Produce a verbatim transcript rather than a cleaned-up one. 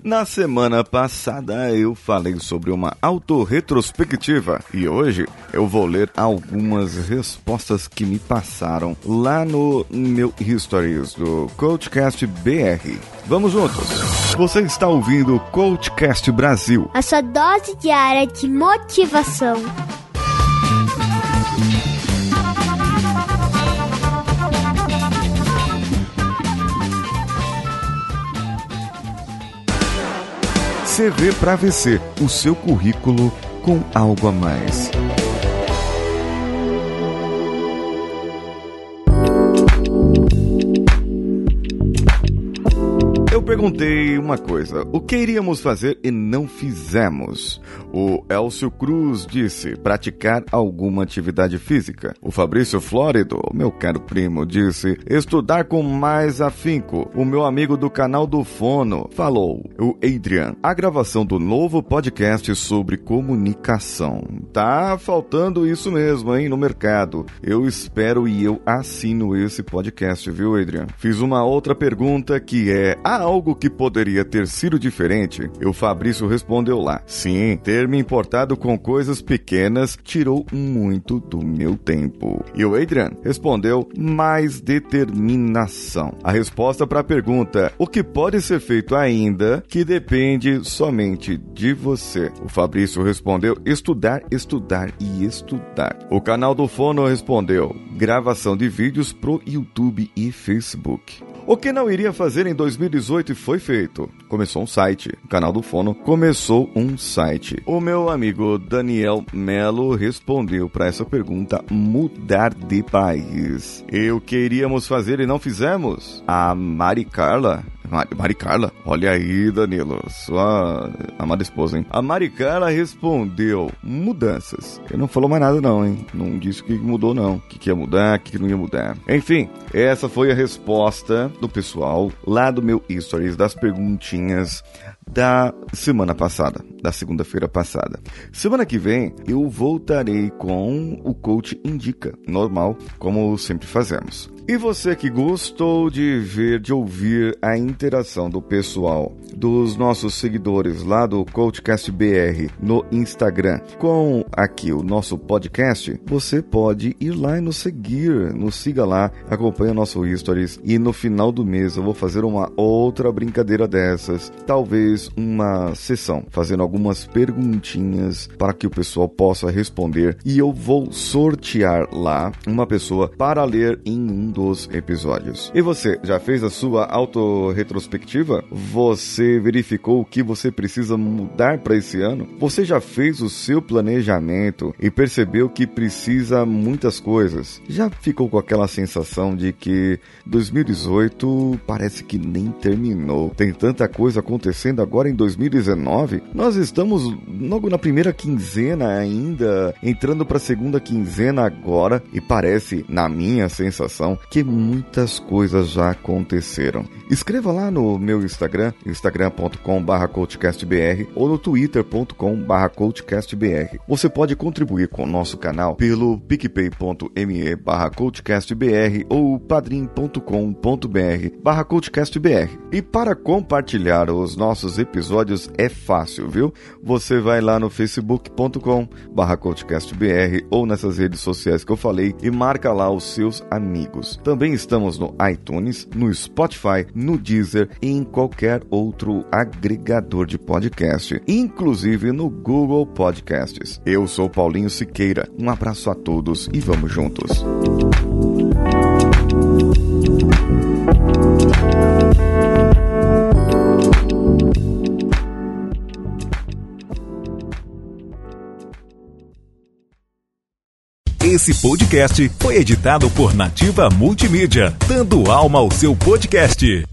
Na semana passada eu falei sobre uma autorretrospectiva e hoje eu vou ler algumas respostas que me passaram lá no meu Histories do CoachCast B R. Vamos juntos! Você está ouvindo o CoachCast Brasil, a sua dose diária de motivação. C V para V C, o seu currículo com algo a mais. Eu perguntei uma coisa, o que iríamos fazer e não fizemos? O Elcio Cruz disse, praticar alguma atividade física. O Fabrício Flórido, meu caro primo, disse, estudar com mais afinco. O meu amigo do canal do Fono falou. O Adrian, a gravação do novo podcast sobre comunicação. Tá faltando isso mesmo, hein, no mercado. Eu espero e eu assino esse podcast, viu, Adrian? Fiz uma outra pergunta que é, há algo que poderia ter sido diferente? E o Fabrício respondeu lá, sim, ter me importado com coisas pequenas tirou muito do meu tempo. E o Adrian respondeu, mais determinação. A resposta para a pergunta, o que pode ser feito ainda que depende somente de você? O Fabrício respondeu, estudar, estudar e estudar. O canal do Fono respondeu, gravação de vídeos pro YouTube e Facebook. O que não iria fazer em dois mil e dezoito e foi feito? Começou um site. O canal do Fono começou um site. O meu amigo Daniel Melo respondeu para essa pergunta, mudar de país. E o que iríamos fazer e não fizemos? A Mari Carla... Mari, Mari Carla? Olha aí, Danilo, sua amada esposa, hein? A Mari Carla respondeu, mudanças. Ele não falou mais nada não, hein? Não disse o que mudou não, o que, que ia mudar, o que, que não ia mudar. Enfim, essa foi a resposta do pessoal lá do meu Stories, das perguntinhas da semana passada, da segunda-feira passada. Semana que vem eu voltarei com o Coach Indica, normal, como sempre fazemos. E você que gostou de ver, de ouvir a interação do pessoal, dos nossos seguidores lá do CoachCast B R no Instagram com aqui o nosso podcast, você pode ir lá e nos seguir, nos siga lá, acompanha o nosso Stories e no final do mês eu vou fazer uma outra brincadeira dessas, talvez uma sessão, fazendo algumas perguntinhas para que o pessoal possa responder e eu vou sortear lá uma pessoa para ler em um dos episódios. E você, já fez a sua autorretrospectiva? Você verificou o que você precisa mudar para esse ano? Você já fez o seu planejamento e percebeu que precisa muitas coisas? Já ficou com aquela sensação de que dois mil e dezoito parece que nem terminou? Tem tanta coisa acontecendo agora em dois mil e dezenove? Nós estamos logo na primeira quinzena ainda, entrando para a segunda quinzena agora e parece, na minha sensação, que muitas coisas já aconteceram. Escreva lá no meu Instagram, instagram ponto com barra coachcast b r ou no twitter ponto com barra coachcast b r. Você pode contribuir com o nosso canal pelo picpay ponto me barra coachcastbr ou padrim ponto com ponto br barra coachcastbr. E para compartilhar os nossos episódios é fácil, viu? Você vai lá no facebook ponto com barra coachcastbr ou nessas redes sociais que eu falei e marca lá os seus amigos. Também estamos no iTunes, no Spotify, no Deezer e em qualquer outro agregador de podcast, inclusive no Google Podcasts. Eu sou Paulinho Siqueira, um abraço a todos e vamos juntos. Esse podcast foi editado por Nativa Multimídia, dando alma ao seu podcast.